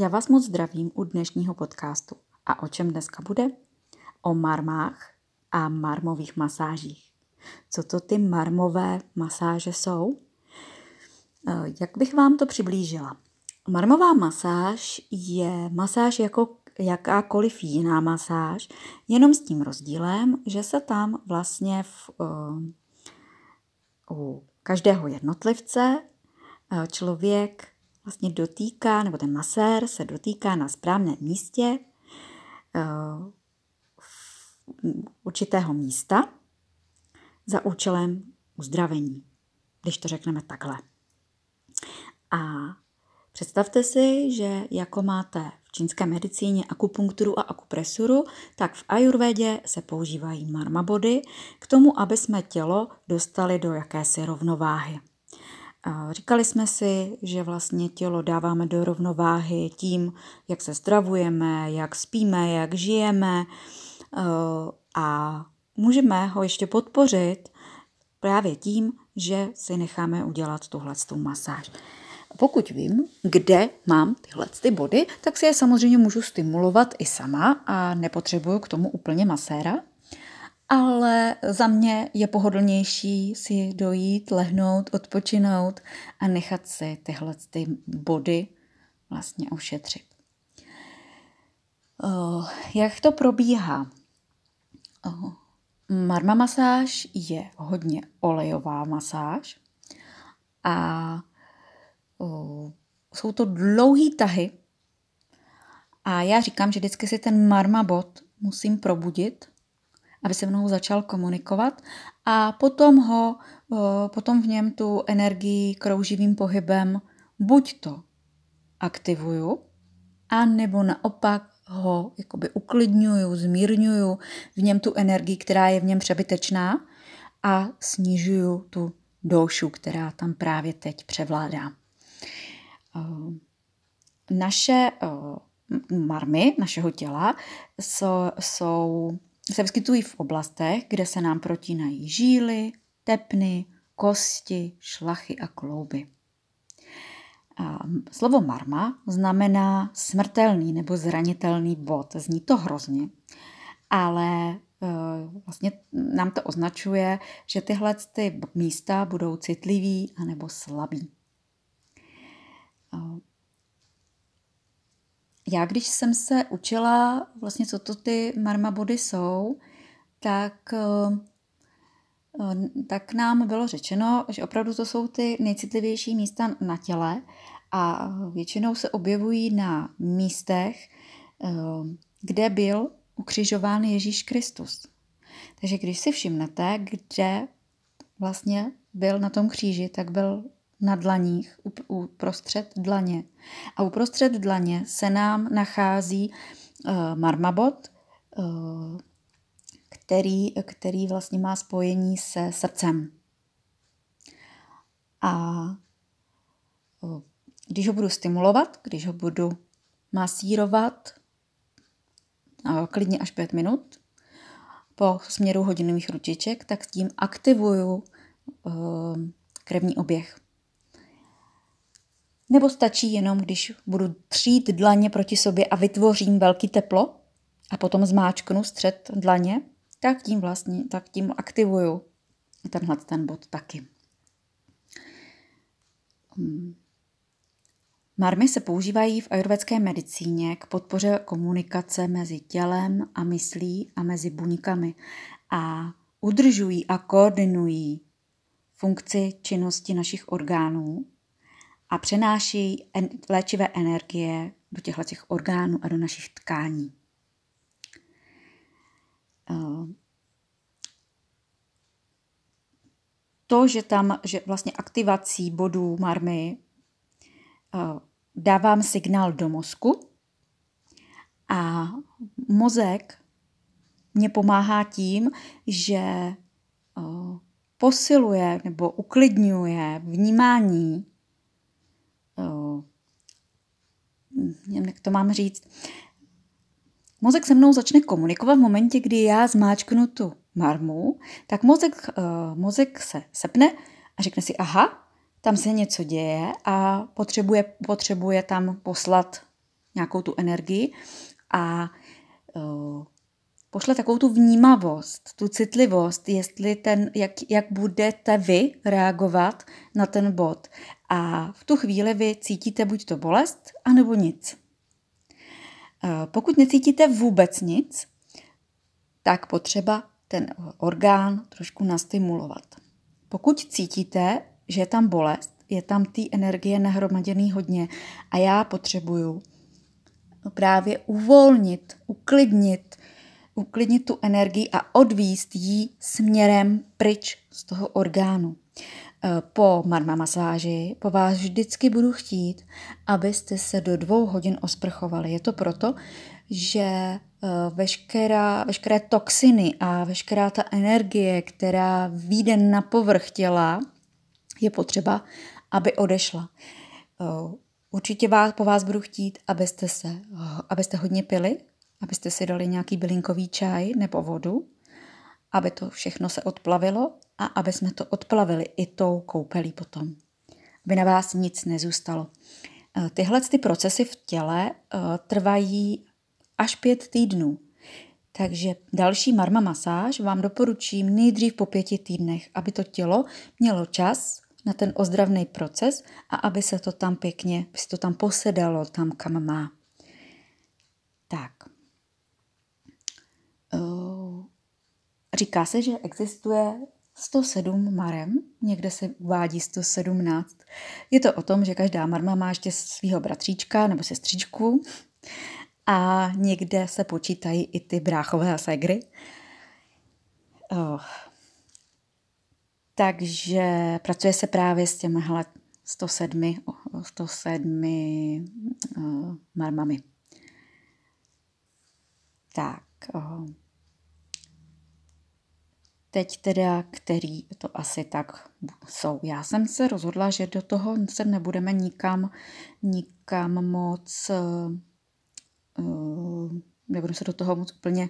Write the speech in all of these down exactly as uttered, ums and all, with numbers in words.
Já vás moc zdravím u dnešního podcastu. A o čem dneska bude? O marmách a marmových masážích. Co to ty marmové masáže jsou? Jak bych vám to přiblížila? Marmová masáž je masáž jako jakákoliv jiná masáž, jenom s tím rozdílem, že se tam vlastně v, uh, u každého jednotlivce uh, člověk vlastně dotýká, nebo ten masér se dotýká na správném místě uh, určitého místa za účelem uzdravení, když to řekneme takhle. A představte si, že jako máte v čínské medicíně akupunkturu a akupresuru, tak v ajurvédě se používají marma body k tomu, aby jsme tělo dostali do jakési rovnováhy. Říkali jsme si, že vlastně tělo dáváme do rovnováhy tím, jak se stravujeme, jak spíme, jak žijeme a můžeme ho ještě podpořit právě tím, že si necháme udělat tuhletu masáž. Pokud vím, kde mám tyhle ty body, tak si je samozřejmě můžu stimulovat i sama a nepotřebuju k tomu úplně maséra. Ale za mě je pohodlnější si dojít, lehnout, odpočinout a nechat si tyhle ty body vlastně ošetřit. Uh, jak to probíhá? Uh, marma masáž je hodně olejová masáž a uh, jsou to dlouhý tahy a já říkám, že vždycky si ten marma bod musím probudit, aby se mnou začal komunikovat a potom ho, potom v něm tu energii krouživým pohybem buď to aktivuju, a nebo naopak ho jakoby uklidňuju, zmírňuju v něm tu energii, která je v něm přebytečná a snižuju tu dóšu, která tam právě teď převládá. Naše marmy, našeho těla jsou, jsou se vyskytují v oblastech, kde se nám protínají žíly, tepny, kosti, šlachy a klouby. A slovo marma znamená smrtelný nebo zranitelný bod. Zní to hrozně, ale e, vlastně nám to označuje, že tyhle ty místa budou citlivý anebo slabý. E, Já, když jsem se učila, vlastně co to ty marma body jsou, tak, tak nám bylo řečeno, že opravdu to jsou ty nejcitlivější místa na těle a většinou se objevují na místech, kde byl ukřižován Ježíš Kristus. Takže když si všimnete, kde vlastně byl na tom kříži, tak byl na dlaních, uprostřed dlaně. A uprostřed dlaně se nám nachází uh, marmabod, uh, který, který vlastně má spojení se srdcem. A uh, když ho budu stimulovat, když ho budu masírovat uh, klidně až pět minut po směru hodinových ručiček, tak tím aktivuju uh, krevní oběh. Nebo stačí jenom, když budu třít dlaně proti sobě a vytvořím velký teplo a potom zmáčknu střed dlaně, tak tím vlastně, tak tím aktivuju tenhle ten bod taky. Marmy se používají v ajurvédské medicíně k podpoře komunikace mezi tělem a myslí a mezi buňkami a udržují a koordinují funkci činnosti našich orgánů a přenáší léčivé energie do těchto těch orgánů a do našich tkání. To, že tam, že vlastně aktivací bodů marmy dávám signál do mozku a mozek mě pomáhá tím, že posiluje nebo uklidňuje vnímání, nevím, jak to mám říct. Mozek se mnou začne komunikovat v momentě, kdy já zmáčknu tu marmu, tak mozek, uh, mozek se sepne a řekne si, aha, tam se něco děje a potřebuje, potřebuje tam poslat nějakou tu energii a uh, pošle takovou tu vnímavost, tu citlivost, jestli ten, jak, jak budete vy reagovat na ten bod. A v tu chvíli vy cítíte buď to bolest, anebo nic. Pokud necítíte vůbec nic, tak potřeba ten orgán trošku nastimulovat. Pokud cítíte, že je tam bolest, je tam té energie nahromaděný hodně a já potřebuju právě uvolnit, uklidnit, uklidnit tu energii a odvíst ji směrem pryč z toho orgánu. Po marma masáži po vás vždycky budu chtít, abyste se do dvou hodin osprchovali. Je to proto, že veškerá, veškeré toxiny a veškerá ta energie, která vyjde na povrch těla, je potřeba, aby odešla. Určitě vás, po vás budu chtít, abyste, se, abyste hodně pili, abyste si dali nějaký bylinkový čaj nebo vodu, aby to všechno se odplavilo a aby jsme to odplavili i tou koupelí potom. Aby na vás nic nezůstalo. Tyhle ty procesy v těle trvají až pět týdnů. Takže další marma masáž vám doporučím nejdřív po pěti týdnech, aby to tělo mělo čas na ten ozdravný proces a aby se to tam pěkně, aby se to tam posedalo, tam, kam má. Tak. Říká se, že existuje sto sedm marem, někde se uvádí sto sedmnáct. Je to o tom, že každá marma má ještě svého bratříčka nebo sestřičku a někde se počítají i ty bráchové a ségry. Oh. Takže pracuje se právě s těmihle sto sedm, sto sedm uh, marmami. Tak. Oh. Teď teda, který to asi tak jsou. Já jsem se rozhodla, že do toho se nebudeme nikam, nikam moc, uh, nebudu se do toho moc úplně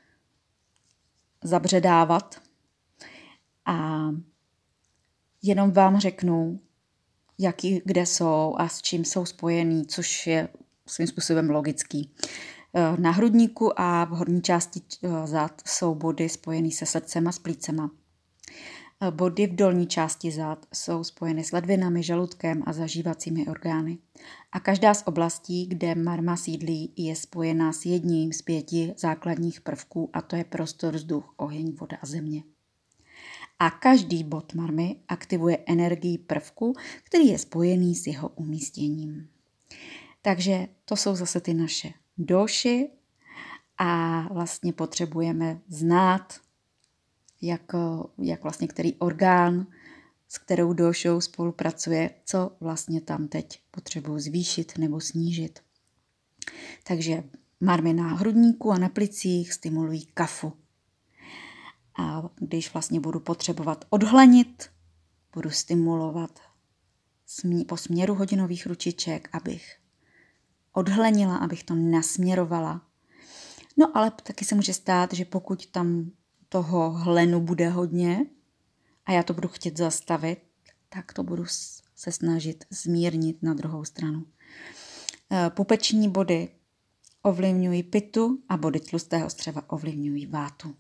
zabředávat. A jenom vám řeknu, jaký, kde jsou a s čím jsou spojený, což je svým způsobem logický. Na hrudníku a v horní části zad jsou body spojené se srdcem a s plícema. Body v dolní části zad jsou spojeny s ledvinami, žaludkem a zažívacími orgány. A každá z oblastí, kde marma sídlí, je spojená s jedním z pěti základních prvků, a to je prostor, vzduch, oheň, voda a země. A každý bod marmy aktivuje energii prvku, který je spojený s jeho umístěním. Takže to jsou zase ty naše doši a vlastně potřebujeme znát, jak, jak vlastně který orgán s kterou došou spolupracuje, co vlastně tam teď potřebuji zvýšit nebo snížit. Takže marmy na hrudníku a na plicích stimulují kafu. A když vlastně budu potřebovat odhlanit, budu stimulovat po směru hodinových ručiček, abych odhlenila, abych to nasměrovala. No ale taky se může stát, že pokud tam toho hlenu bude hodně a já to budu chtět zastavit, tak to budu se snažit zmírnit na druhou stranu. Pupeční body ovlivňují pitu a body tlustého střeva ovlivňují vátu.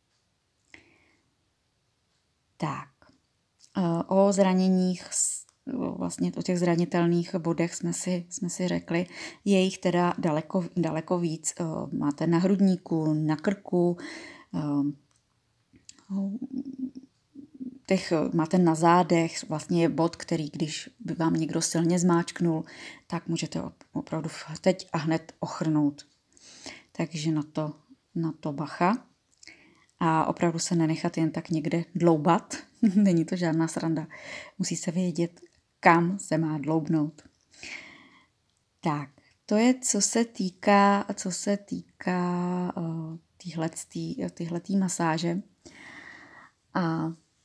Tak, o zraněních, vlastně o těch zranitelných bodech jsme si, jsme si řekli, je jich teda daleko, daleko víc. Máte na hrudníku, na krku, těch máte na zádech, vlastně je bod, který když by vám někdo silně zmáčknul, tak můžete opravdu teď a hned ochrnout. Takže na to, na to bacha. A opravdu se nenechat jen tak někde dloubat. Není to žádná sranda. Musí se vědět, kam se má dloubnout. Tak, to je, co se týká, co se týká uh, týhletý, týhletý masáže. A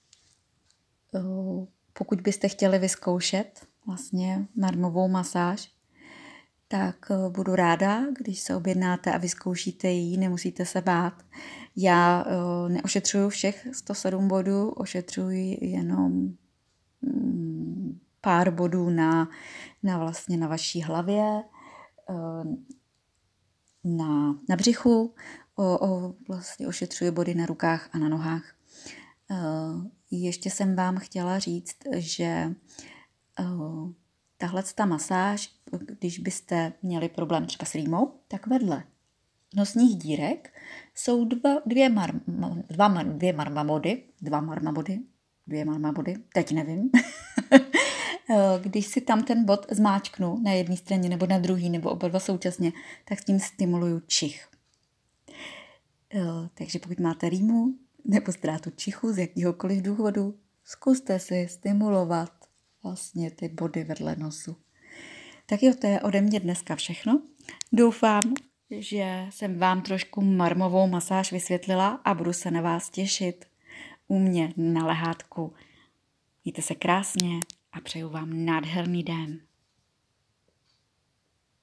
uh, pokud byste chtěli vyzkoušet vlastně marmovou masáž, tak uh, budu ráda, když se objednáte a vyzkoušíte ji, nemusíte se bát. Já uh, neošetřuju všech sto sedm bodů, ošetřuji jenom mm, pár bodů na, na, vlastně na vaší hlavě, na, na břichu, o, o, vlastně ošetřuji body na rukách a na nohách. Ještě jsem vám chtěla říct, že tahle ta masáž, když byste měli problém třeba s rýmou, tak vedle nosních dírek jsou dva, dvě, mar, dva, dvě marmabody, dva marmabody, dvě marmabody, teď nevím. Když si tam ten bod zmáčknu na jedné straně nebo na druhý, nebo oba dva současně, tak s tím stimuluju čich. Takže pokud máte rýmu nebo ztrátu čichu z jakýhokoliv důvodu, zkuste si stimulovat vlastně ty body vedle nosu. Tak jo, to je ode mě dneska všechno. Doufám, že jsem vám trošku marmovou masáž vysvětlila a budu se na vás těšit u mě na lehátku. Mějte se krásně a přeju vám nádherný den.